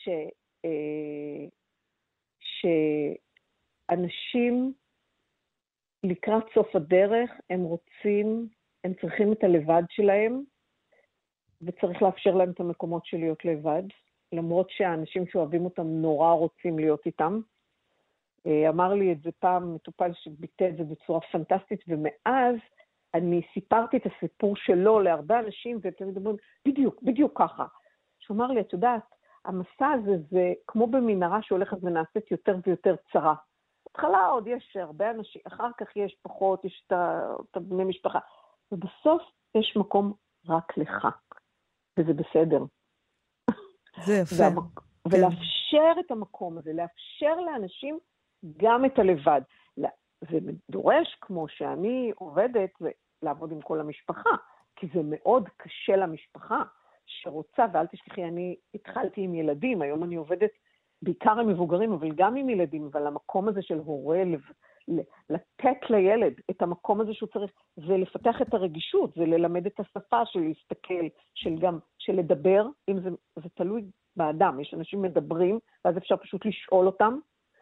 Speaker 5: שאנשים לקראת סוף הדרך, הם צריכים את הלבד שלהם, וצריך לאפשר להם את המקומות של להיות לבד, למרות שהאנשים שאוהבים אותם נורא רוצים להיות איתם. אמר לי את זה פעם מטופל שביטא את זה בצורה פנטסטית, ומאז אני סיפרתי את הסיפור שלו להרבה אנשים, ואתם מדברים, בדיוק ככה. שהוא אמר לי, את יודעת, המסע הזה זה כמו במנהרה שהולכת ונעשית יותר ויותר צרה. בהתחלה עוד יש הרבה אנשים, אחר כך יש פחות, יש את בני משפחה, ובסוף יש מקום רק לך, וזה בסדר.
Speaker 3: זה יפה.
Speaker 5: ולאפשר את המקום הזה, לאפשר לאנשים גם את הלבד. זה דורש, כמו שאני עובדת, לעבוד עם כל המשפחה, כי זה מאוד קשה למשפחה שרוצה, ואל תשכחי, אני התחלתי עם ילדים, היום אני עובדת בעיקר עם מבוגרים, אבל גם עם ילדים, אבל המקום הזה של הורה, לתת לילד את המקום הזה שהוא צריך, ולפתח את הרגישות, וללמד את השפה של להסתכל, של לדבר, אם זה תלוי באדם, יש אנשים מדברים, ואז אפשר פשוט לשאול אותם,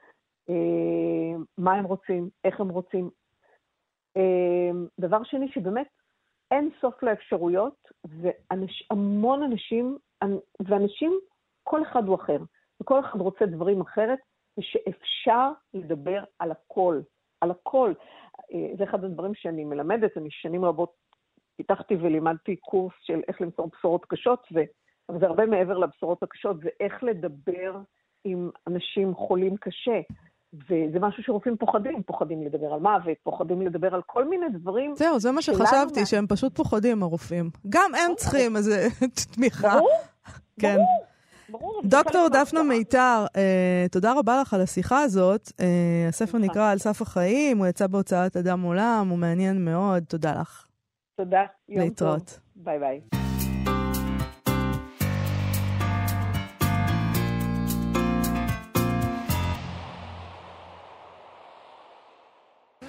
Speaker 5: מה הם רוצים, איך הם רוצים. דבר שני שבאמת אין סוף לאפשרויות, והמון אנשים, ואנשים, כל אחד הוא אחר, וכל אחד רוצה דברים אחרת, ושאפשר לדבר על הכל, על הכל. זה אחד הדברים שאני מלמדת, אני שנים רבות פיתחתי ולימדתי קורס של איך למסור בשורות קשות, אבל זה הרבה מעבר לבשורות הקשות, זה איך לדבר עם אנשים חולים קשה, וזה משהו שרופאים פוחדים לדבר על מוות, פוחדים לדבר על כל מיני דברים.
Speaker 3: זהו, זה מה שחשבתי, שהם פשוט פוחדים הרופאים. גם הם צריכים איזו תמיכה. כן. דוקטור דפנה מיתר, תודה רבה לך על השיחה הזאת. הספר נקרא על סף החיים, הוא יצא בהוצאת אדם עולם, הוא מעניין מאוד. תודה לך.
Speaker 5: תודה, יום טוב.
Speaker 3: להתראות.
Speaker 5: ביי ביי.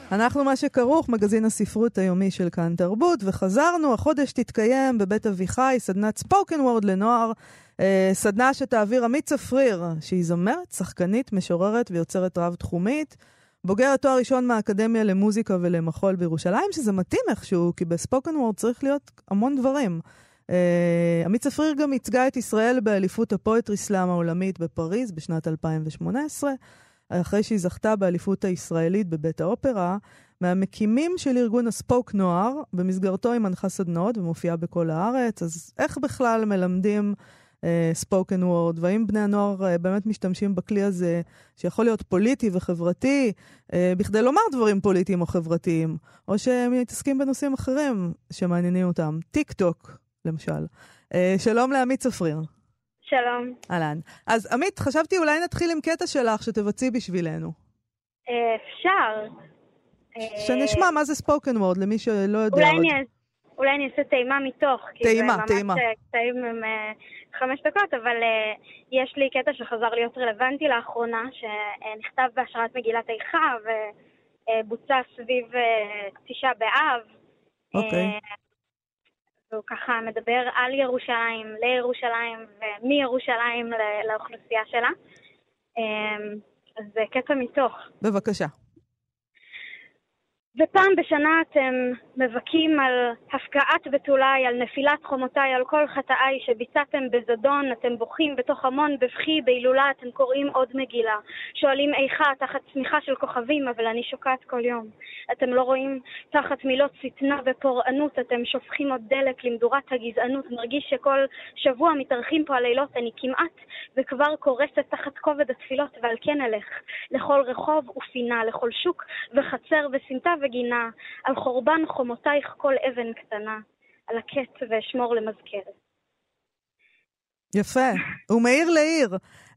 Speaker 3: אנחנו מה שכרוך, מגזין הספרות היומי של כאן תרבות, וחזרנו, החודש תתקיים בבית אביחי, סדנת ספוקן וורד לנוער, סדנה שתעביר עמית צפריר, שהיא זמרת, שחקנית, משוררת ויוצרת רב-תחומית, בוגרת תואר ראשון מהאקדמיה למוזיקה ולמחול בירושלים, שזה מתאים איכשהו, כי בספוקן וורד צריך להיות המון דברים. עמית צפריר גם ייצגה את ישראל באליפות הפואטרי סלאם העולמית בפריז בשנת 2018, אחרי שהיא זכתה באליפות הישראלית בבית האופרה, מהמקימים של ארגון הספוק נוער, במסגרתו היא מנחה סדנאות ומופיעה בכל הארץ. אז איך בכלל מלמדים ספוקן וורד, והאם בני הנוער באמת משתמשים בכלי הזה, שיכול להיות פוליטי וחברתי, בכדי לומר דברים פוליטיים או חברתיים, או שהם מתעסקים בנושאים אחרים שמעניינים אותם. טיק טוק, למשל. שלום לעמית צפריר.
Speaker 6: שלום.
Speaker 3: אהלן. אז עמית, חשבתי אולי נתחיל עם קטע שלך שתבצעי בשבילנו.
Speaker 6: אפשר.
Speaker 3: שנשמע מה זה ספוקן וורד, למי שלא יודע
Speaker 6: אולי אני אעשה טעימה מתוך.
Speaker 3: טעימה.
Speaker 6: כי זה ממש קטעים עם 5 דקות, אבל יש לי קטע שחזר להיות רלוונטי לאחרונה, שנכתב בהשראת מגילת איכה, ובוצע סביב 9 באב.
Speaker 3: אוקיי.
Speaker 6: הוא ככה מדבר על ירושלים, לירושלים ומירושלים לאוכלוסייה שלה. אז זה קטע מתוך.
Speaker 3: בבקשה.
Speaker 6: ופעם בשנה אתם מבכים על הפקעת בתולי, על נפילת חומותיי, על כל חטאיי שביצעתם בזדון, אתם בוכים בתוך המון בבכי, בהילולה אתם קוראים עוד מגילה. שואלים איכה תחת צמיחה של כוכבים, אבל אני שוקעת כל יום. אתם לא רואים תחת מילות סטנה ופורענות, אתם שופכים עוד דלק למדורת הגזענות, מרגיש שכל שבוע מתארחים פה הלילות, אני כמעט וכבר קורסת תחת כובד התפילות, ועל כן אלך לכל רחוב ופינה, לכל שוק וחצר וסמטה וגינה, על חורבן חומותייך כל אבן קטנה, על הקט ואשמור למזכרת.
Speaker 3: יפה, הוא מאיר לעיר.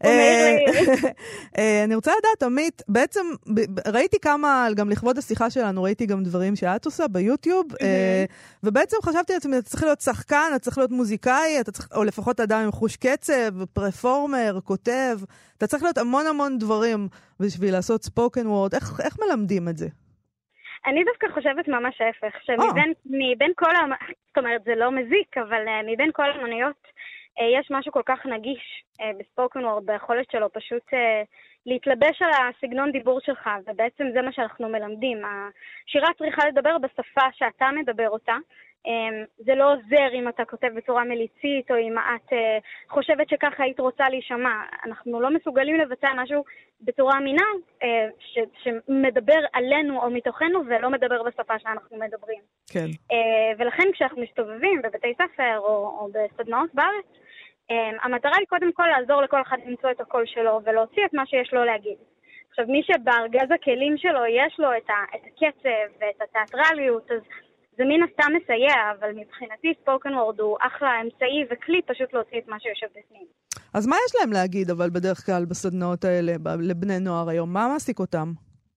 Speaker 3: אני רוצה לדעת, עמית, בעצם ראיתי כמה, גם לכבוד השיחה שלנו, ראיתי גם דברים שאת עושה ביוטיוב, ובעצם חשבתי לעצמי, אתה צריך להיות שחקן, אתה צריך להיות מוזיקאי, או לפחות אדם עם חוש קצב, פרפורמר, כותב, אתה צריך להיות המון המון דברים בשביל לעשות ספוקן וורד. איך מלמדים את זה?
Speaker 6: אני דווקא חושבת ממש ההפך, שמבין כל, זאת אומרת, זה לא מזיק, אבל מבין כל המניות, יש משהו כל כך נגיש בספוקן וורד, ביכולת שלו פשוט להתלבש על הסגנון דיבור שלך, ובעצם זה מה שאנחנו מלמדים. השירה צריכה לדבר בשפה שאתה מדבר אותה, זה לא עוזר אם אתה כותב בצורה מליצית, או אם את חושבת שככה היית רוצה להישמע. אנחנו לא מסוגלים לבצע משהו בצורה אמינה, שמדבר עלינו או מתוכנו, ולא מדבר בשפה שאנחנו מדברים.
Speaker 3: כן.
Speaker 6: ולכן כשאנחנו מסתובבים בבתי ספר או בסדנאות בארץ, המטרה היא קודם כל לעזור לכל אחד למצוא את הקול שלו, ולהוציא את מה שיש לו להגיד. עכשיו, מי שבארגז הכלים שלו יש לו את הקצב ואת התיאטרליות, אז זה מן הסתם מסייע, אבל מבחינתי ספוקן וורד הוא אחלה אמצעי וכלי פשוט להוציא את מה שיושב בפנים.
Speaker 3: אז מה יש להם להגיד, אבל בדרך כלל בסדנאות האלה, לבני נוער היום? מה מעסיק אותם?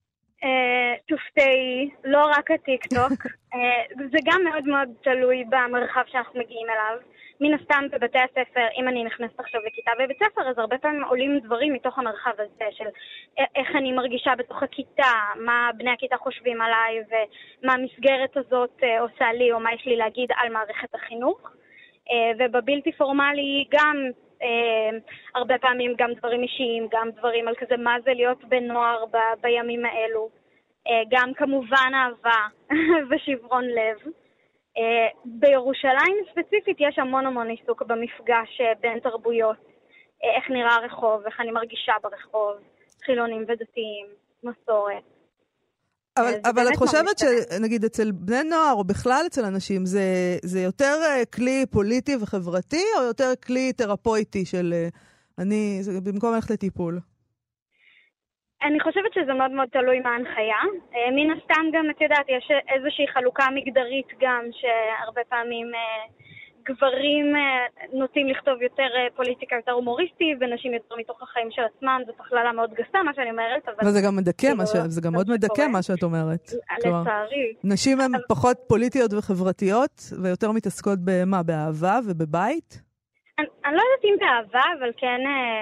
Speaker 3: תופתעי, לא רק הטיק-טוק. זה גם מאוד מאוד תלוי במרחב שאנחנו מגיעים אליו. מן הסתם בבתי הספר, אם אני נכנסת עכשיו לכיתה בבית ספר, אז הרבה פעמים עולים דברים מתוך המרחב הזה של איך אני מרגישה בתוך הכיתה, מה בני הכיתה חושבים עליי, ומה המסגרת הזאת עושה לי, או מה יש לי להגיד על מערכת החינוך. ובבלתי פורמלי גם הרבה פעמים גם דברים אישיים, גם דברים על כזה מה זה להיות בנוער בימים האלו. גם כמובן אהבה ושברון לב. בירושלים ספציפית יש המון עיסוק במפגש בין תרבויות, איך נראה הרחוב, איך אני מרגישה ברחוב, חילונים ודתיים, מסורת. אבל את חושבת שנגיד אצל בני נוער או בכלל אצל אנשים זה יותר כלי פוליטי וחברתי או יותר כלי תרפויטי של במקום ללכת לטיפול?
Speaker 6: אני חושבת שזה מאוד מאוד תלוי מה ההנחיה. מן הסתם גם, את יודעת, יש איזושהי חלוקה מגדרית גם, שהרבה פעמים גברים נוטים לכתוב יותר פוליטיקה יותר הומוריסטי, ונשים יותר מתוך החיים של עצמם. זאת הכללה מאוד גסה, מה שאני אומרת.
Speaker 3: וזה גם מדכא, זה גם מאוד מדכא מה שאת אומרת.
Speaker 6: לצערי.
Speaker 3: נשים הן פחות פוליטיות וחברתיות, ויותר מתעסקות במה? באהבה ובבית?
Speaker 6: אני לא יודעת אם באהבה, אבל כן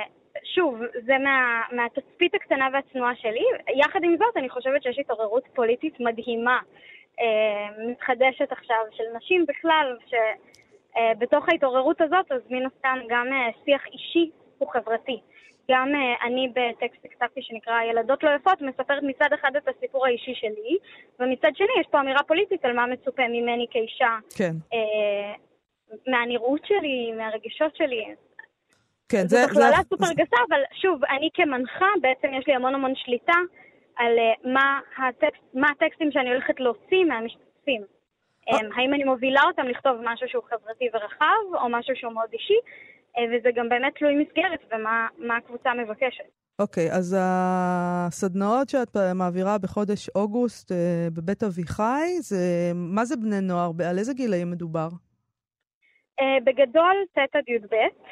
Speaker 6: שוב, זה מהתצפית הקטנה והצנועה שלי. יחד עם זאת, אני חושבת שיש התעוררות פוליטית מדהימה, מתחדשת עכשיו, של נשים בכלל, שבתוך ההתעוררות הזאת, אז מן הסתם גם שיח אישי הוא חברתי. גם אני בטקסט כתבתי שנקרא ילדות לא יפות, מספרת מצד אחד את הסיפור האישי שלי, ומצד שני יש פה אמירה פוליטית על מה מצופה ממני כאישה. כן. מהנראות שלי, מהרגישות שלי. כן, זה בכללה סופר גסה, אבל שוב, אני כמנחה, בעצם יש לי המון שליטה על מה הטקסטים שאני הולכת להוציא מהמשתתפים. האם אני מובילה אותם לכתוב משהו שהוא חברתי ורחב, או משהו שהוא מאוד אישי, וזה גם באמת תלוי מסגרת ומה הקבוצה מבקשת. אוקיי, אז הסדנאות שאת מעבירה בחודש אוגוסט בבית אביחי, מה זה בני נוער? על איזה גילאים מדובר? בגדול, ט' עד י"ב.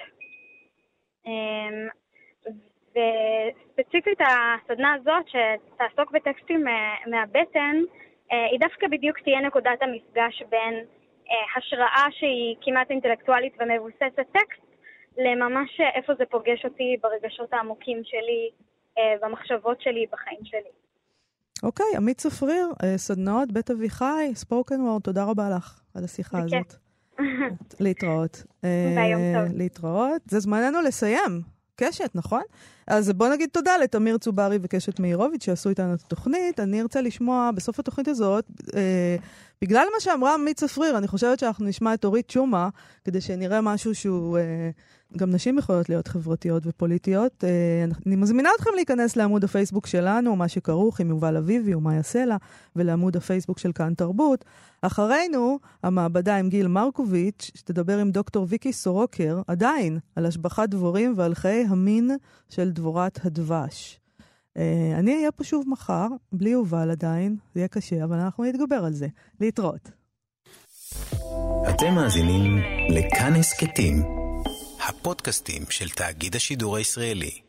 Speaker 6: וספציפית הסדנה הזאת שתעסוק בטקסטים מהבטן, היא דווקא בדיוק תהיה נקודת המפגש בין השראה שהיא כמעט אינטלקטואלית ומבוססת טקסט, לממש איפה זה פוגש אותי ברגשות העמוקים שלי, במחשבות שלי, בחיים שלי. אוקיי, עמית צפריר, סדנאות בית אביחי, ספוקן וורד, תודה רבה לך על השיחה הזאת. להתראות. ביום טוב. להתראות. זה זמננו לסיים. קשת, נכון? אז בוא נגיד תודה לתמיר צוברי וקשת מאירוביץ' שעשו איתנו את התוכנית. אני ארצה לשמוע בסוף התוכנית הזאת, בגלל מה שאמרה עמית צפריר, אני חושבת שאנחנו נשמע את אורית שומה, כדי שנראה משהו שהוא, גם נשים יכולות להיות חברתיות ופוליטיות. אני מזמינה אתכם להיכנס לעמוד הפייסבוק שלנו, מה שכרוך עם יובל אביבי ומאיה סלע, ולעמוד הפייסבוק של כאן תרבות. אחרינו, המעבדה עם גיל מרקוביץ', שתדבר עם דוקטור ויקי סורוקר, עדיין, על השבחת דבורים ועל חיי המין של דבורת הדבש. אני אהיה פה שוב מחר, בלי יובל עדיין, זה יהיה קשה, אבל אנחנו נתגבר על זה. להתראות.
Speaker 1: אתם מאזינים לכאן הסכתים, הפודקאסטים של תאגיד השידור הישראלי.